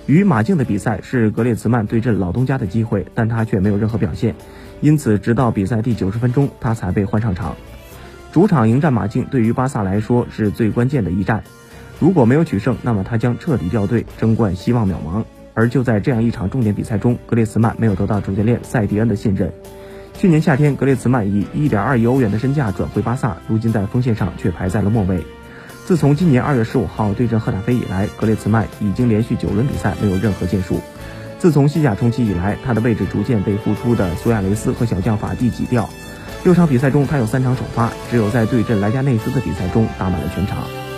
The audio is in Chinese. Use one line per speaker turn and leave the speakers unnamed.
与马竞的比赛是格列茨曼对阵老东家的机会，但他却没有任何表现，因此直到比赛第90分钟他才被换上场。主场迎战马竞对于巴萨来说是最关键的一战，如果没有取胜，那么他将彻底掉队，争冠希望渺茫。而就在这样一场重点比赛中，格列茨曼没有得到主教练塞蒂恩的信任。去年夏天，格列茨曼以1.2亿欧元的身价转会巴萨，如今在锋线上却排在了末位。自从今年2月15号对阵赫塔菲以来，格列茨曼已经连续9轮比赛没有任何建树。自从西甲重启以来，他的位置逐渐被复出的苏亚雷斯和小将法蒂挤掉。6场比赛中，他有3场首发，只有在对阵莱加内斯的比赛中打满了全场。